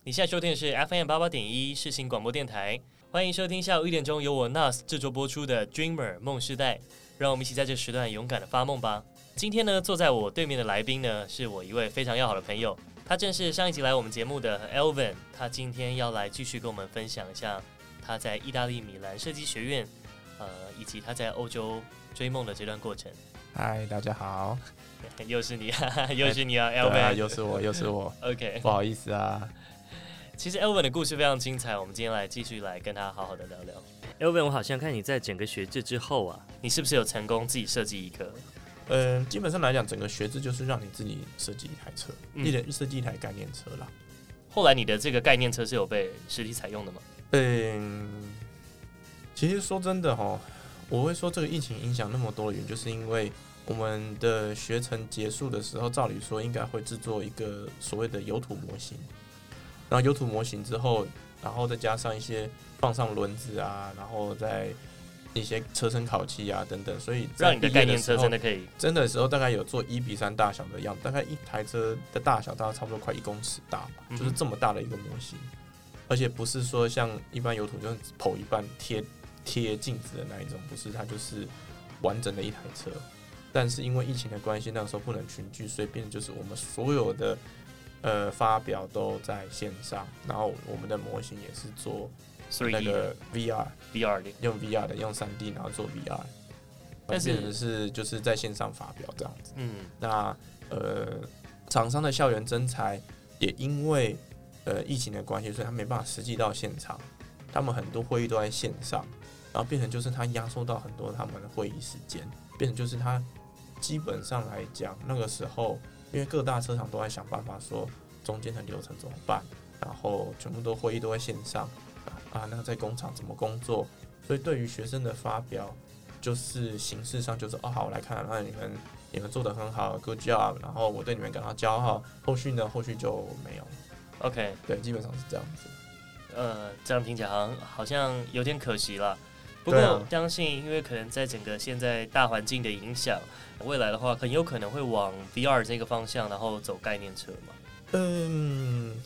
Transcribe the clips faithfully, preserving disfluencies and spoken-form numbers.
你现在收听的是 F M 八八点一世新广播电台，欢迎收听下午一点钟由我 N A S 制作播出的 Dreamer 梦世代，让我们一起在这个时段勇敢的发梦吧。今天呢，坐在我对面的来宾呢，是我一位非常要好的朋友，他正是上一集来我们节目的 Elvin， 他今天要来继续跟我们分享一下他在意大利米兰设计学院，呃，以及他在欧洲追梦的这段过程。 嗨，大家好， 又是你啊，又是你啊 ，Elvin，、 啊、又是我，又是我。 OK， 不好意思啊。 其实 Elvin 的故事非常精彩，我们今天来继续来跟他好好的聊聊。Elvin， 我好像看你在整个学制之后啊，你是不是有成功自己设计一个？ 嗯、呃，基本上来讲，整个学制就是让你自己设计一台车， 嗯、 一人设计一台概念车啦。 后来你的这个概念车是有被实体采用的吗？ 嗯，其实说真的齁，我会说这个疫情影响那么多的原因，就是因为我们的学程结束的时候，照理说应该会制作一个所谓的油土模型，然后油土模型之后，然后再加上一些放上轮子啊，然后再一些车身烤漆啊等等，所以让你的概念车真的可以真的时候大概有做一比三大小的样子，大概一台车的大小大概差不多快一公尺大吧，嗯、就是这么大的一个模型，而且不是说像一般油土就是剖一半贴贴镜子的那一种，不是，它就是完整的一台车。但是因为疫情的关系，那个时候不能群聚，所以变成就是我们所有的呃发表都在线上，然后我们的模型也是做那个 V R，V R 的用 V R 的用 三 D， 然后做 V R， 但是是就是在线上发表这样子。嗯，那呃厂商的校园征才也因为呃疫情的关系，所以他没办法实际到现场，他们很多会议都在线上，然后变成就是他压缩到很多他们的会议时间，变成就是他。基本上来讲，那个时候因为各大车厂都在想办法说中间的流程怎么办，然后全部都会议都在线上啊，那在工厂怎么工作，所以对于学生的发表，就是形式上就是哦好，我来看，那你们你们做得很好 ，good job， 然后我对你们感到骄傲。后续呢，后续就没有。 OK， 对，基本上是这样子。 呃，这样听起来好像好像有点可惜啦。不过相信，因为可能在整个现在大环境的影响，未来的话很有可能会往 V R 这个方向，然后走概念车嘛。 嗯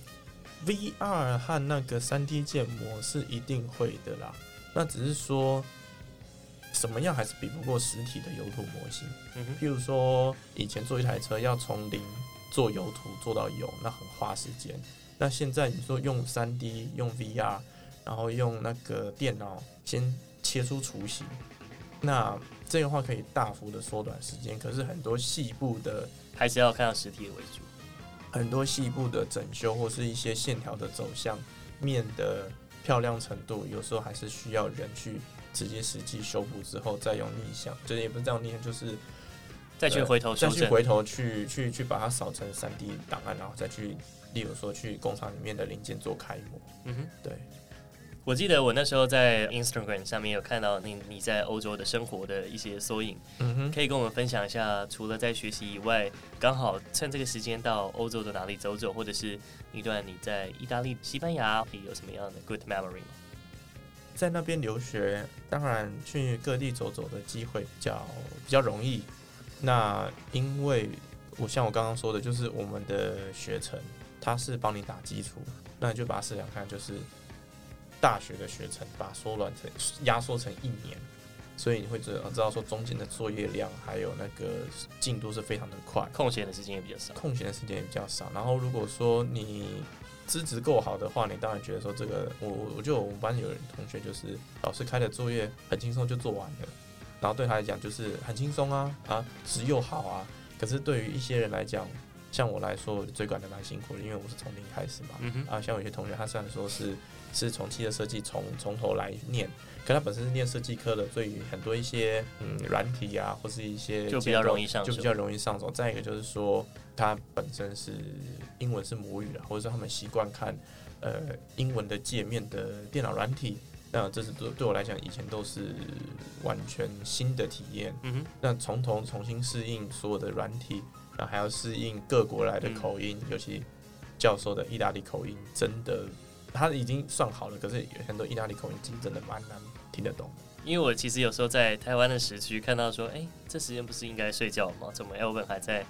，V R 和那个 三 D 建模是一定会的啦。那只是说，什么样还是比不过实体的油土模型。嗯哼，譬如说，以前做一台车要从零做油土做到有，那很花时间。那现在你说用 三 D 用 V R， 然后用那个电脑先切出雏形，那这个话可以大幅的缩短时间。可是很多细部的还是要看到实体的为主， 很多细部的整修或是一些线条的走向、面的漂亮程度，有时候还是需要人去直接实际修补之后，再用逆向，就是也不是这样逆向，就是再去回头修正， 再去回头去去去把它扫成 三 D 档案，然后再去，例如说去工厂里面的零件做开模。嗯哼，对。 我记得我那时候在 Instagram 上面有看到你你在欧洲的生活的一些缩影，嗯哼，可以跟我们分享一下，除了在学习以外，刚好趁这个时间到欧洲的哪里走走，或者是一段你在意大利、西班牙有什么样的 good memory 吗？ 在那边留学，当然去各地走走的机会比较比较容易。那因为我像我刚刚说的，就是我们的学程它是帮你打基础，那你就把它试想看，就是大学的学程把缩短成压缩成一年，所以你会知道知道说中间的作业量还有那个进度是非常的快， 空闲的时间也比较少， 空闲的时间也比较少。然后如果说你资质够好的话，你当然觉得说这个，我我就我们班有人同学就是老师开的作业很轻松就做完了，然后对他来讲就是很轻松啊啊，质又好啊。可是对于一些人来讲，像我来说，我追赶的蛮辛苦的，因为我是从零开始嘛。嗯、啊，像有些同学他虽然说是是从汽车设计从从头来念，可他本身是念设计科的，对于很多一些嗯软体啊或是一些就比较容易上手， 就比较容易上手。再一个就是说，他本身是英文是母语啦，或者说他们习惯看呃英文的界面的电脑软体。那这是对我来讲，以前都是完全新的体验。嗯哼，那从头重新适应所有的软体，然后还要适应各国来的口音，嗯、尤其教授的意大利口音，真的他已经算好了，可是很多意大利口音其实真的蛮难听得懂。 因为我其实有时候在台湾的时区看到说，哎、欸，这时间不是应该睡觉吗？怎么 Elvin 还在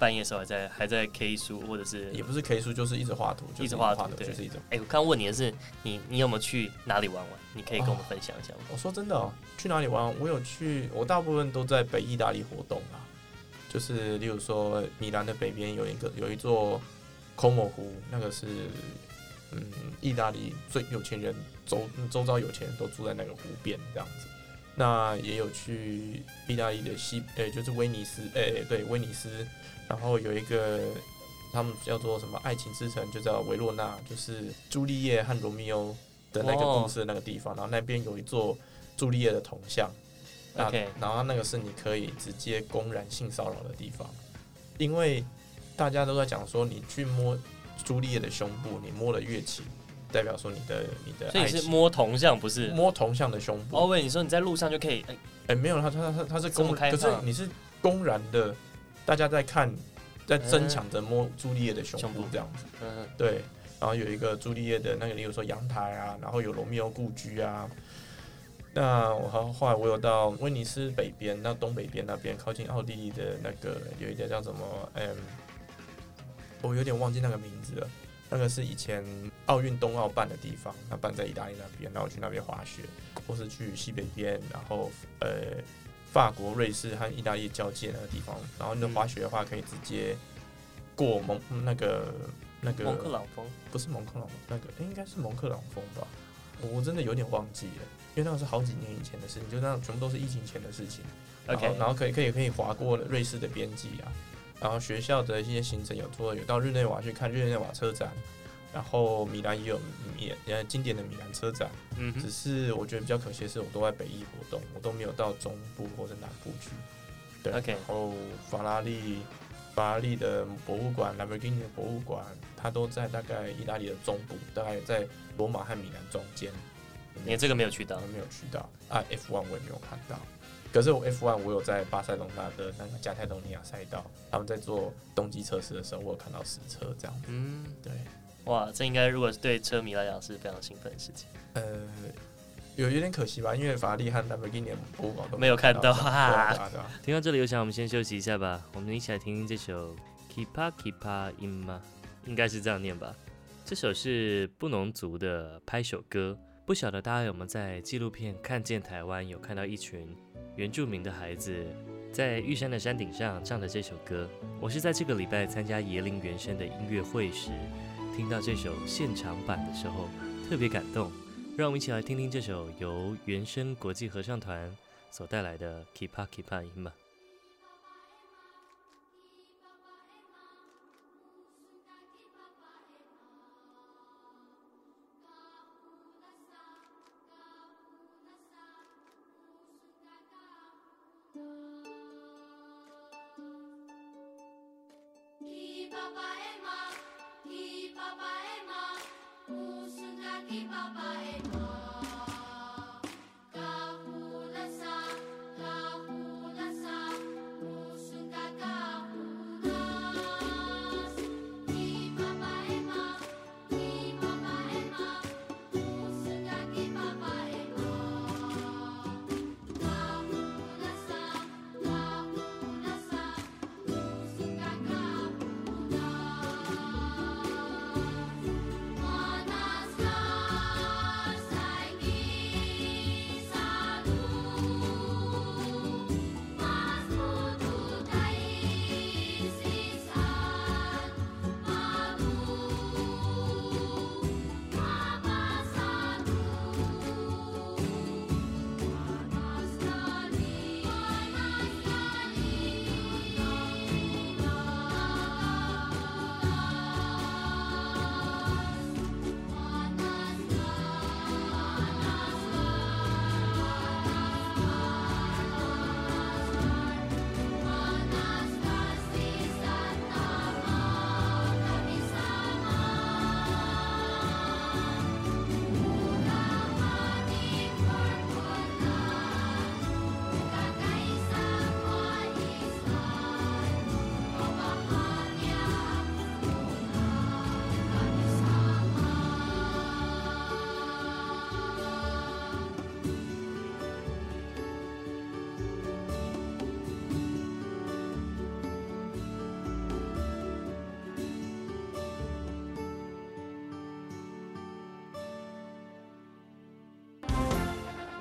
半夜的时候还在还在 K 书，或者是也不是 K 书，就是一直画图，就是、 一直画图， 对，就是一直。 哎、欸，我刚问你的是你你有没有去哪里玩玩？你可以跟我们分享一下吗？ 哦、我说真的哦，去哪里玩？我有去，我大部分都在北意大利活动啊，就是例如说米兰的北边有一个有一座 Como 湖，那个是嗯意大利最有钱人周周遭有钱人都住在那个湖边这样子。那也有去意大利的西，诶、欸，就是威尼斯，诶、欸，对，威尼斯，然后有一个他们叫做什么爱情之城，就叫维罗纳，就是朱丽叶和罗密欧的那个故事的那个地方，然后那边有一座朱丽叶的铜像， OK， 然后那个是你可以直接公然性骚扰的地方，因为大家都在讲说，你去摸朱丽叶的胸部，你摸了越勤，代表说你的你的爱情， 所以你是摸铜像，不是摸铜像的胸部。 哦，喂，你说你在路上就可以，哎、 欸欸，没有，他他他他是公， 可是你是公然的，大家在看，在争抢着摸朱丽叶的胸部这样子。嗯，对。然后有一个朱丽叶的那个，例如说阳台啊，然后有罗密欧故居啊。那我后来我有到威尼斯北边，到东北边那边，靠近奥地利的那个有一个叫什么，嗯，我有点忘记那个名字了。那个是以前奥运冬奥办的地方，那办在意大利那边，然后我去那边滑雪，或是去西北边，然后呃法国、瑞士和意大利交界那个地方，然后那滑雪的话可以直接过蒙那个那个蒙克朗峰， 不是蒙克朗，那个、欸、应该是蒙克朗峰吧，我真的有点忘记了，因为那个是好几年以前的事情，就那全部都是疫情前的事情。然后, okay. 然后可以可以可以滑过瑞士的边际啊。然后学校的一些行程有做，有到日内瓦去看日内瓦车展，然后米兰也有米呃经典的米兰车展。嗯，只是我觉得比较可惜的是，我都在北意活动，我都没有到中部或者南部去。对， okay. 然后法拉利法拉利的博物馆 ，Lamborghini 的博物馆，它都在大概意大利的中部，大概在罗马和米兰中间。 你这个没有去到， 没有去到啊 ，F 一 我也没有看到。可是我 F 一 我有在巴塞隆纳的那个加泰罗尼亚赛道，他们在做冬季测试的时候，我有看到实车这样子。嗯，对， 哇，这应该如果是对车迷来讲是非常兴奋的事情。 呃，有有点可惜吧，因为法拉利和兰博基尼的博物馆都没有看到。 哈， 听到这里，我想我们先休息一下吧，我们一起来听听这首 Kipa Kipa Inma， 应该是这样念吧。这首是布农族的拍手歌，不晓得大家有没有在纪录片《看见台湾》有看到一群原住民的孩子在玉山的山顶上唱的这首歌。我是在这个礼拜参加椰林原声的音乐会时，听到这首现场版的时候特别感动。让我们一起来听听这首由原声国际合唱团所带来的 Kipa Kipa Inma。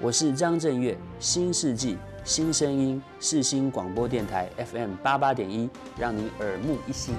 我是张震岳，新世纪新声音，世新广播电台 F M 八八点一，让你耳目一新。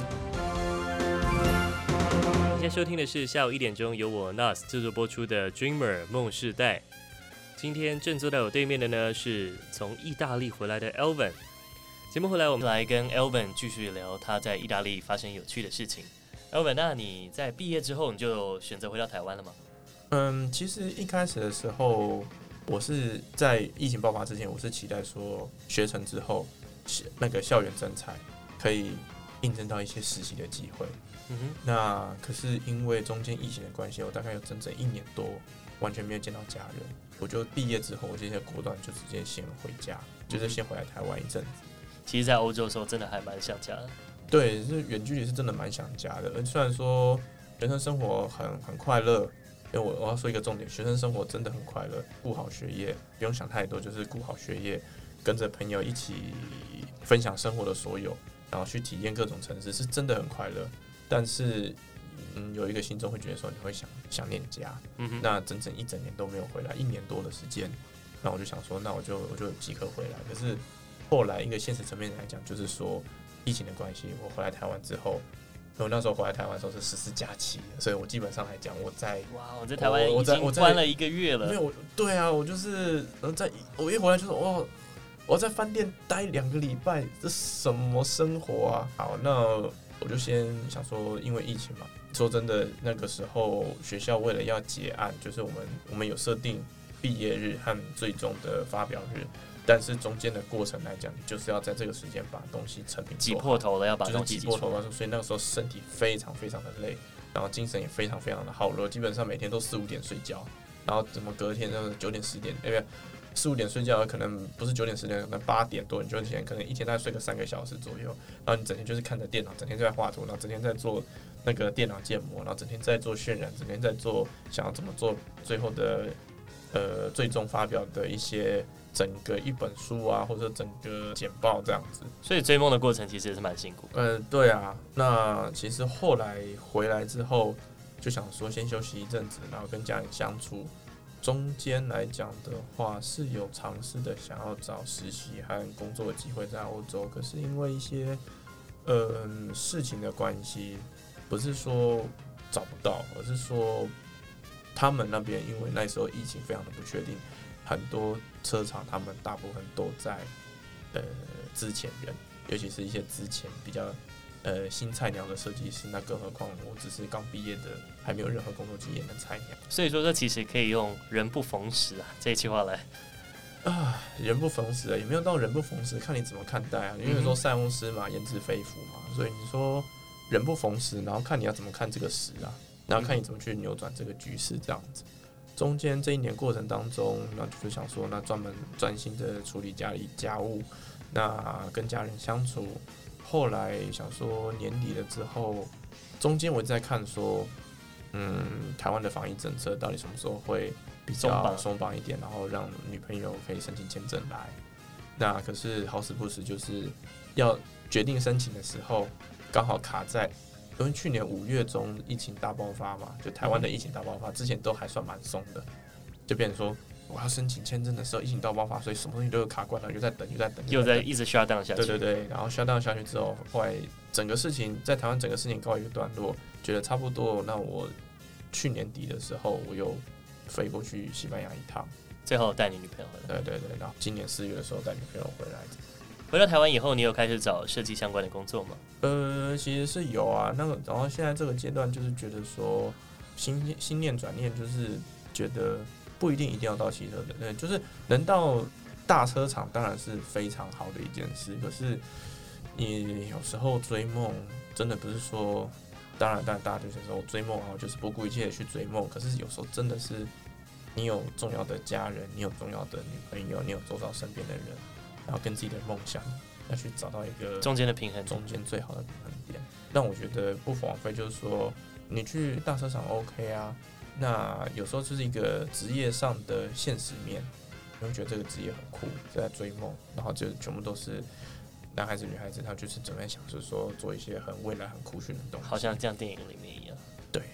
现在收听的是下午一点钟由我 N A S 制作播出的 Dreamer 梦世代。今天正坐在我对面的呢是从意大利回来的 Elvin。节目回来，我们来跟 Elvin 继续聊他在意大利发生有趣的事情。Elvin， 那你在毕业之后你就选择回到台湾了吗？ 嗯，其实一开始的时候，我是在疫情爆发之前，我是期待说学成之后，那个校园征才可以应征到一些实习的机会。嗯哼。那可是因为中间疫情的关系，我大概有整整一年多完全没有见到家人。我就毕业之后，我直接果断就直接先回家，就是先回来台湾一阵子。 其实，在欧洲的时候，真的还蛮想家的。 对，是远距离是真的蛮想家的。虽然说学生生活很很快乐，因为我我要说一个重点，学生生活真的很快乐，顾好学业，不用想太多，就是顾好学业，跟着朋友一起分享生活的所有，然后去体验各种城市，是真的很快乐。但是，嗯，有一个心中会觉得说，你会想想念家。嗯哼。那整整一整年都没有回来，一年多的时间，那我就想说，那我就我就即刻回来。可是后来一个现实层面来讲，就是说疫情的关系，我回来台湾之后，我那时候回来台湾的时候是十四假期，所以我基本上来讲，我在哇，我在台湾已经关了一个月了。 没有，对啊，我就是在我一回来就是哇，我在饭店待两个礼拜，这什么生活啊？好，那我就先想说，因为疫情嘛，说真的，那个时候学校为了要结案，就是我们我们有设定毕业日和最终的发表日。但是中间的过程来讲，就是要在这个时间把东西成品挤破头了，要把东西挤破头了，所以那个时候身体非常非常的累，然后精神也非常非常的耗弱，基本上每天都四五点睡觉，然后怎么隔天就是九点十点，哎不，四五点睡觉，可能不是九点十点，可能八点多，你就前可能一天大概睡个三个小时左右，然后你整天就是看着电脑，整天在画图，然后整天在做那个电脑建模，然后整天在做渲染，整天在做想要怎么做最后的呃最终发表的一些。整个一本书啊，或者整个简报这样子， 所以追梦的过程其实也是蛮辛苦。 呃，对啊，那其实后来回来之后，就想说先休息一阵子，然后跟家人相处。中间来讲的话，是有尝试的想要找实习和工作的机会在欧洲，可是因为一些呃事情的关系，不是说找不到，而是说他们那边因为那时候疫情非常的不确定。很多车厂，他们大部分都在呃资遣人，尤其是一些之前比较呃新菜鸟的设计师，那更何况我只是刚毕业的，还没有任何工作经验的菜鸟。 所以说，这其实可以用“人不逢时”啊这一句话来啊，人不逢时啊，也没有到人不逢时，看你怎么看待啊。因为说塞翁失马，焉知非福嘛，所以你说人不逢时，然后看你要怎么看这个时啊，然后看你怎么去扭转这个局势，这样子。中间这一年过程当中，那就想说，那专门专心的处理家里家务，那跟家人相处。后来想说年底了之后，中间我一直在看说，嗯，台湾的防疫政策到底什么时候会比较松绑一点，然后让女朋友可以申请签证来。那可是好死不死，就是要决定申请的时候，刚好卡在。因为去年五月中疫情大爆发嘛，就台湾的疫情大爆发，之前都还算蛮松的，就变成说我要申请签证的时候，疫情大爆发，所以什么东西都有卡关了，又在等，又在等， 又在一直 shut down 下去。 对对对，然后 shut down 下去之后，后来整个事情在台湾整个事情告一个段落，觉得差不多。那我去年底的时候，我又飞过去西班牙一趟， 最后带你女朋友回来。 对对对，然后今年四月的时候带女朋友回来。 回到台湾以后，你有开始找设计相关的工作吗？ 呃，其实是有啊。那个，然后现在这个阶段就是觉得说，心心念转念，就是觉得不一定一定要到汽车的，对，就是能到大车厂当然是非常好的一件事。可是你有时候追梦，真的不是说，当然，当然大家就是说追梦啊，就是不顾一切的去追梦。可是有时候真的是，你有重要的家人，你有重要的女朋友，你有周遭身边的人。然后跟自己的梦想要去找到一个中间的平衡， 中间最好的平衡点。让我觉得不枉费，就是说你去大车厂 OK 啊，那有时候就是一个职业上的现实面，你会觉得这个职业很酷，在追梦，然后就全部都是男孩子女孩子，他就是准备想是说做一些很未来很酷炫的东西， 好像像电影里面一样。 对，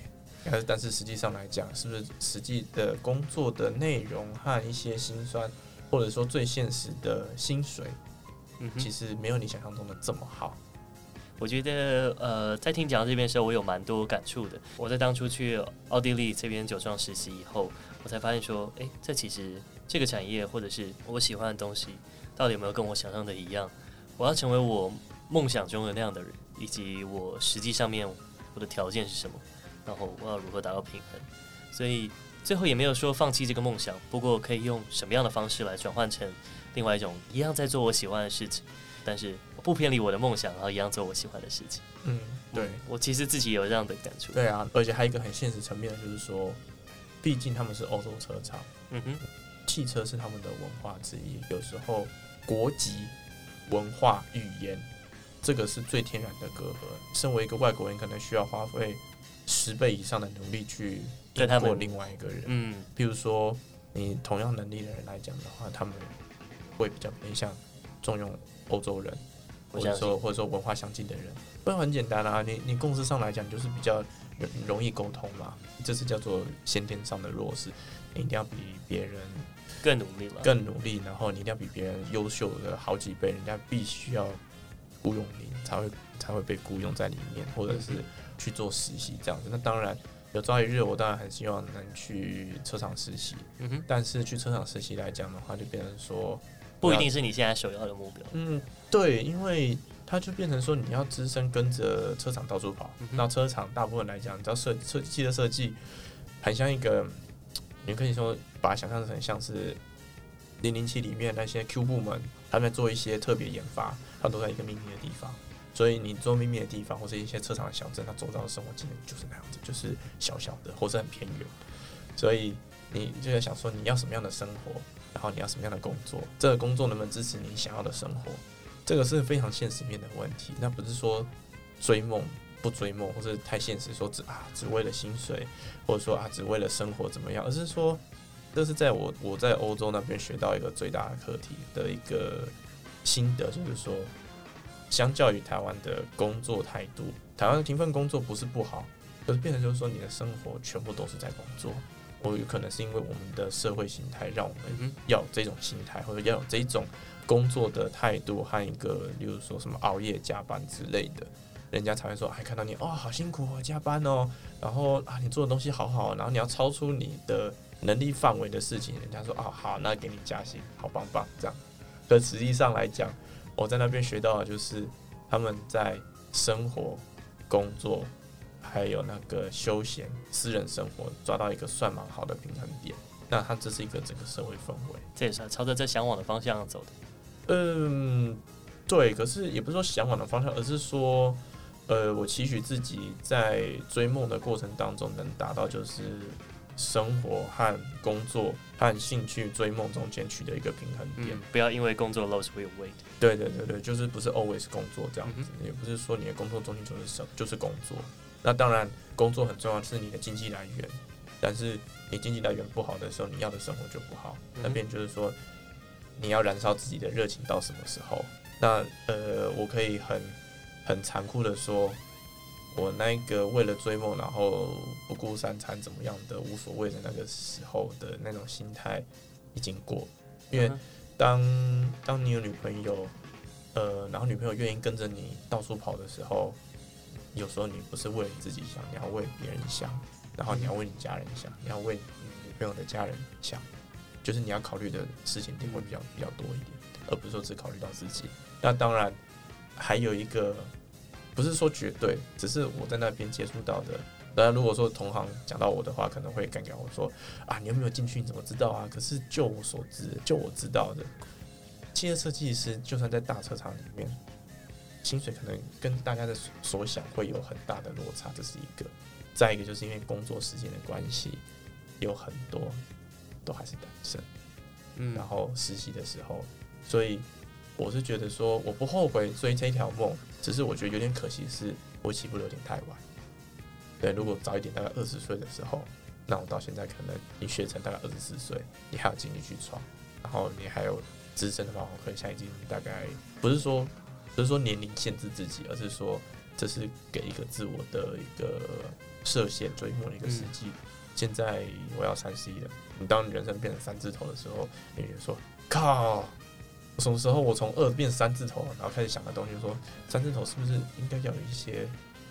但是但是实际上来讲，是不是实际的工作的内容和一些辛酸，或者说最现实的薪水， 嗯哼， 其实没有你想象中的这么好。 我觉得呃，在听讲到这边的时候，我有蛮多感触的。我在当初去奥地利这边酒庄实习以后，我才发现说，哎，这其实这个产业或者是我喜欢的东西，到底有没有跟我想象的一样？我要成为我梦想中的那样的人，以及我实际上面我的条件是什么，然后我要如何达到平衡。所以最后也没有说放弃这个梦想，不过可以用什么样的方式来转换成另外一种一样在做我喜欢的事情，但是不偏离我的梦想，然后一样做我喜欢的事情。 嗯，对， 嗯，我其实自己有这样的感触。 对啊，而且还有一个很现实层面的，就是说，毕竟他们是欧洲车厂， 嗯哼， 汽车是他们的文化之一，有时候国籍、文化、语言，这个是最天然的隔阂。身为一个外国人，可能需要花费十倍以上的努力去赢过另外一个人。 嗯， 譬如说，你同样能力的人来讲的话，他们会比较偏向重用欧洲人，或者说或者说文化相近的人。不然很简单啊，你你共识上来讲就是比较容易沟通嘛，这是叫做先天上的弱势，你一定要比别人更努力了， 更努力，然后你一定要比别人优秀的好几倍，人家必须要雇佣你才会才会被雇佣在里面，或者是去做实习这样子。那当然有朝一日我当然很希望能去车厂实习， 嗯哼， 但是去车厂实习来讲的话，就变成说不一定是你现在首要的目标。 嗯，对，因为它就变成说你要只身跟着车厂到处跑。 嗯、 那车厂大部分来讲，你知道设设汽车设计很像一个，你可以说把它想象成像是零零七里面那些 Q 部门，他们做一些特别研发，它都在一个秘密的地方。所以你做秘密的地方，或是一些车厂的小镇，它周遭的生活机能就是那样子，就是小小的，或是很偏远。所以你就在想说，你要什么样的生活，然后你要什么样的工作，这个工作能不能支持你想要的生活，这个是非常现实面的问题。那不是说追梦不追梦，或是太现实说只啊只为了薪水，或者说啊只为了生活怎么样，而是说这是在我我在欧洲那边学到一个最大的课题的一个心得，就是说，相较于台湾的工作态度，台湾的勤奋工作不是不好，可是变成就是说你的生活全部都是在工作。我有可能是因为我们的社会形态让我们要有这种心态，或者要有这种工作的态度和一个，例如说什么熬夜加班之类的，人家才会说，还看到你哦，好辛苦哦，加班哦，然后啊，你做的东西好好，然后你要超出你的能力范围的事情，人家说啊，好，那给你加薪，好棒棒这样。可实际上来讲，我在那边学到的就是他们在生活、工作，还有那个休闲、私人生活抓到一个算蛮好的平衡点。那它这是一个整个社会氛围， 这也是朝着这向往的方向走的。 嗯，对。可是也不是说向往的方向，而是说，呃，我期许自己在追梦的过程当中能达到就是生活和工作和兴趣追梦中间取得一个平衡点， 嗯，不要因为工作 lose weight。 对对对对，就是不是 always 工作这样子， 嗯、 也不是说你的工作中心就是什就是工作。那当然，工作很重要，是你的经济来源，但是你经济来源不好的时候，你要的生活就不好。 嗯、 那边就是说，你要燃烧自己的热情到什么时候？那呃，我可以很很残酷的说，我那个为了追梦，然后不顾三餐怎么样的无所谓的那个时候的那种心态已经过。因为当当你有女朋友，呃，然后女朋友愿意跟着你到处跑的时候，有时候你不是为了你自己想，你要为别人想，然后你要为你家人想，你要为你女朋友的家人想，就是你要考虑的事情点会比较比较多一点，而不是说只考虑到自己。那当然还有一个。不是说绝对，只是我在那边接触到的。当然，如果说同行讲到我的话，可能会干掉我说啊，你有没有进去？你怎么知道啊？可是就我所知，就我知道的，汽车设计师就算在大车厂里面，薪水可能跟大家的所想会有很大的落差，这是一个。再一个就是因为工作时间的关系，有很多都还是单身，嗯，然后实习的时候，所以。我是觉得说，我不后悔追这条梦，只是我觉得有点可惜，是我起步有点太晚。对，如果早一点，大概二十岁的时候，那我到现在可能你学成大概二十四岁，你还有精力去闯，然后你还有资深的话，我可能现在已经大概不是说不是说年龄限制自己，而是说这是给一个自我的一个设限追梦的一个时机。嗯、现在我要三十一了，你当你人生变成三字头的时候，你就说靠，什么时候我从二变三字头，然后开始想的东西，说三字头是不是应该要有一些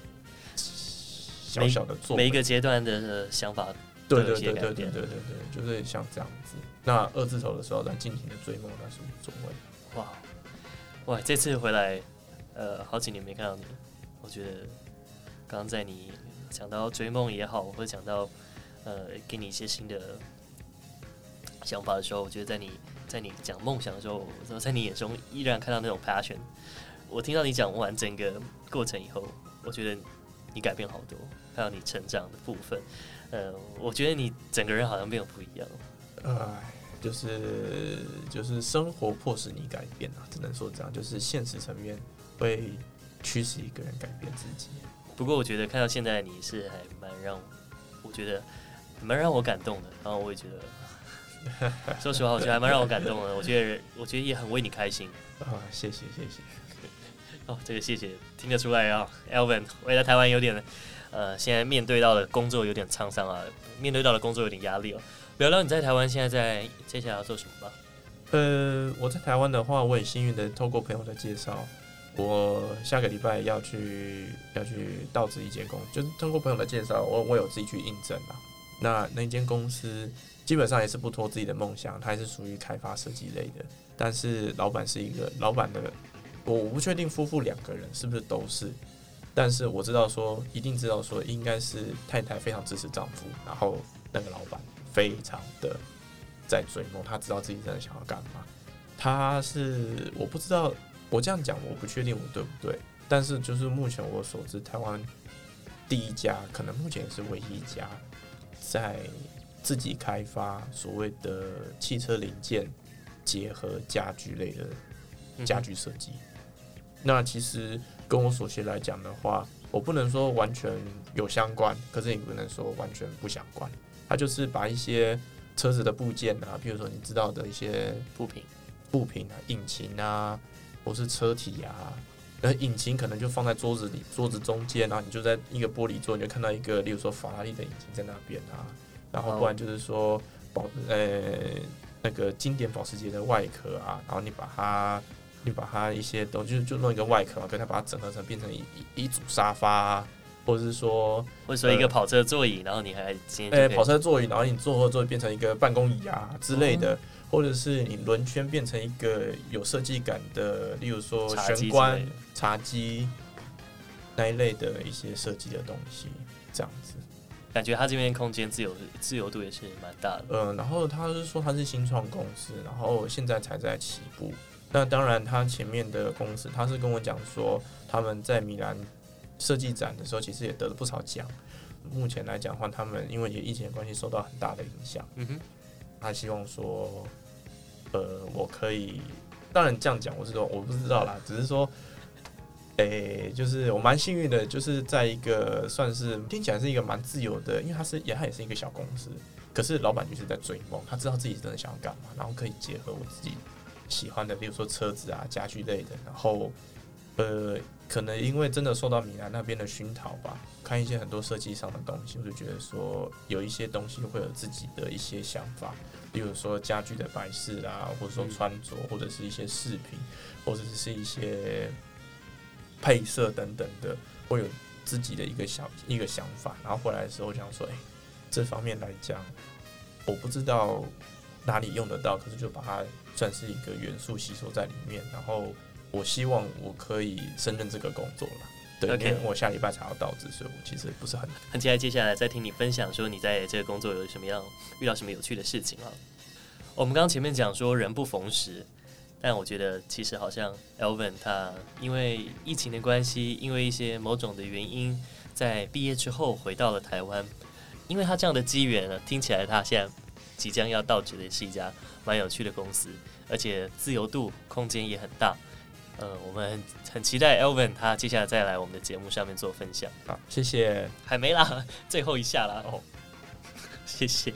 小小的做每一个阶段的想法都有一些改变，对对对对对对，就是像这样子。那二字头的时候再尽情的追梦，那是无所谓。 哇哇，这次回来，呃，好几年没看到你，我觉得刚刚在你讲到追梦也好，或者讲到呃给你一些新的想法的时候，我觉得在你在你讲梦想的时候，在你眼中依然看到那种 passion。我听到你讲完整个过程以后，我觉得你改变好多，还有你成长的部分，呃，我觉得你整个人好像变得不一样。 呃，就是就是生活迫使你改变啊，只能说这样，就是现实层面会驱使一个人改变自己。 不过我觉得看到现在你是还蛮让我觉得蛮让我感动的，然后我也觉得，说实话，我觉得还蛮让我感动的。我觉得我觉得也很为你开心啊，谢谢谢谢。 哦，这个谢谢听得出来啊 ，Alvin， 我也在台湾有点呃，现在面对到的工作有点沧桑啊，面对到的工作有点压力哦。聊聊你在台湾现在在接下来要做什么吧？ 呃，我在台湾的话，我很幸运的透过朋友的介绍，我下个礼拜要去要去到职一间公司，就是通过朋友的介绍，我我有自己去应征啦。那那间公司基本上也是不拖自己的梦想，它还是属于开发设计类的，但是老板是一个老板的，我我不确定夫妇两个人是不是都是，但是我知道说一定知道说应该是太太非常支持丈夫，然后那个老板非常的在追梦，他知道自己真的想要干嘛。他是我不知道，我这样讲我不确定我对不对，但是就是目前我所知，台湾第一家，可能目前也是唯一一家，在自己开发所谓的汽车零件结合家具类的家具设计。嗯、那其实跟我所学来讲的话，我不能说完全有相关，可是也不能说完全不相关。它就是把一些车子的部件啊，比如说你知道的一些部品、 部品啊，引擎啊，或是车体啊，然后引擎可能就放在桌子里，桌子中间，然后你就在一个玻璃座，你就看到一个，例如说法拉利的引擎在那边啊，然后不然就是说保呃那个经典保时捷的外壳啊，然后你把它你把它一些东西就就弄一个外壳，跟它把它整合成变成一一一组沙发啊。或者是说， 或者说一个跑车座椅，呃、然后你还今天哎、欸、跑车座椅，然后你坐后座椅变成一个办公椅啊之类的，哦、或者是你轮圈变成一个有设计感的，例如说玄关、茶几那一类的一些设计的东西，这样子。 感觉它这边空间自由自由度也是蛮大的。 嗯、呃，然后他是说他是新创公司，然后现在才在起步。那当然，他前面的公司，他是跟我讲说他们在米兰设计展的时候，其实也得了不少奖。目前来讲的话，他们因为也疫情的关系，受到很大的影响。嗯哼，他希望说，呃，我可以，当然这样讲，我是说我不知道啦，只是说，诶、欸，就是我蛮幸运的，就是在一个算是听起来是一个蛮自由的，因为他是也他也是一个小公司，可是老板就是在追梦，他知道自己真的想要干嘛，然后可以结合我自己喜欢的，比如说车子啊、家具类的，然后，呃。可能因为真的受到米兰那边的熏陶吧，看一些很多设计上的东西，我就觉得说有一些东西会有自己的一些想法，比如说家具的摆饰啦，或者说穿着，或者是一些饰品，或者是一些配色等等的，会有自己的一个小一个想法。然后回来的时候，我想说，哎、欸，这方面来讲，我不知道哪里用得到，可是就把它算是一个元素吸收在里面，然后。我希望我可以胜任这个工作了，对， okay. 因为我下礼拜才要到职，所以我其实不是很很期待接下来再听你分享说你在这个工作有什么样遇到什么有趣的事情啊。我们刚刚前面讲说人不逢时，但我觉得其实好像 Alvin 他因为疫情的关系，因为一些某种的原因，在毕业之后回到了台湾，因为他这样的机缘呢，听起来他现在即将要到职的是一家蛮有趣的公司，而且自由度空间也很大。呃，我们 很, 很期待 Alvin 他接下来再来我们的节目上面做分享。 好，谢谢。 还没啦，最后一下啦。哦，谢谢。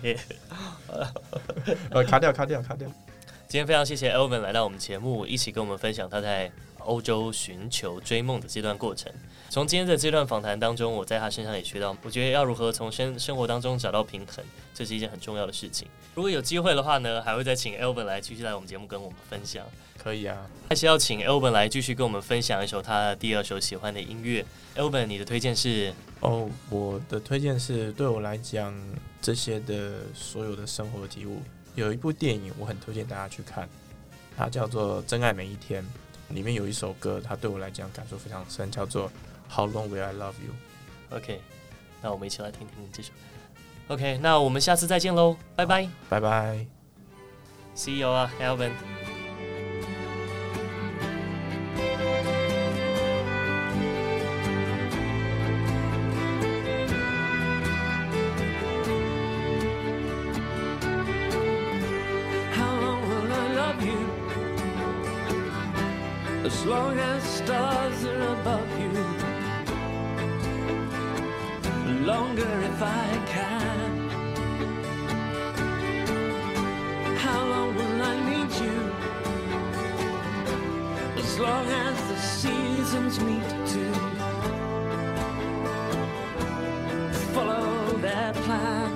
呃，卡掉，卡掉，卡掉。 今天非常谢谢 Alvin 来到我们节目，一起跟我们分享他在欧洲寻求追梦的这段过程。从今天的这段访谈当中，我在他身上也学到，我觉得要如何从生生活当中找到平衡，这是一件很重要的事情。如果有机会的话呢，还会再请 Alban 来继续来我们节目跟我们分享。 可以啊， 还是要请 Alban 来继续跟我们分享一首他的第二首喜欢的音乐。Alban， 你的推荐是？ 哦，我的推荐是对我来讲，这些的所有的生活体悟，有一部电影我很推荐大家去看，它叫做《真爱每一天》，里面有一首歌，它对我来讲感受非常深，叫做 How Long Will I Love You。 OK， 那我们一起来听听这首。OK， 那我们下次再见喽，拜拜， 拜拜 ，See you 啊 ，Alban。 As long as stars are above you, longer if I can. How long will I need you? As long as the seasons meet to follow their plan.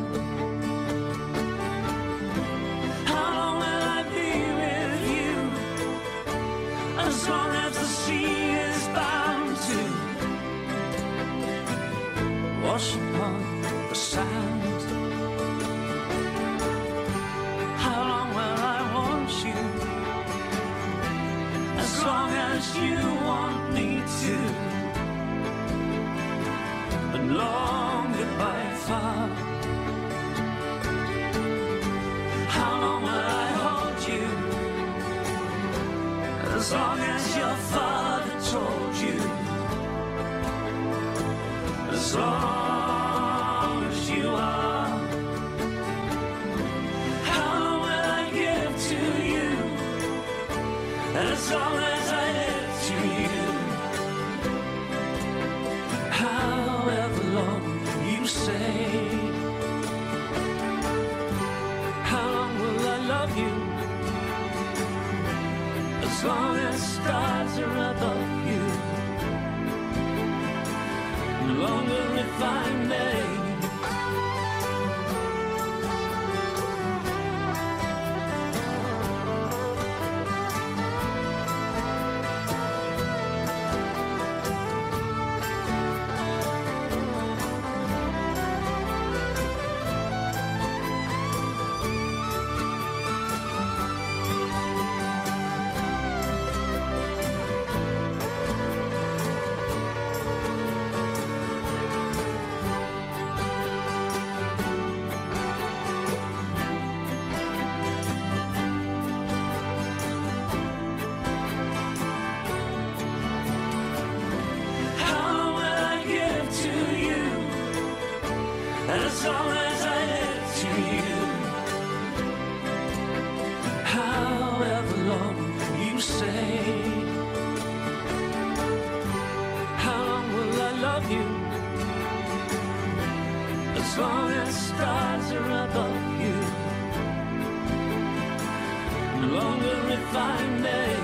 As long as the sea is bound to wash upon the sand. How long will I want you? As long as you want me to, and longer by far. How long will I hold you? As long as your father told you, as long as you are. How long will I give to you? As long as I live to you. However long you say. How long will I love you? As long as stars are above you, longer if I may. As long as I live to you, however long you say. How long will I love you? As long as stars are above you, longer if I may.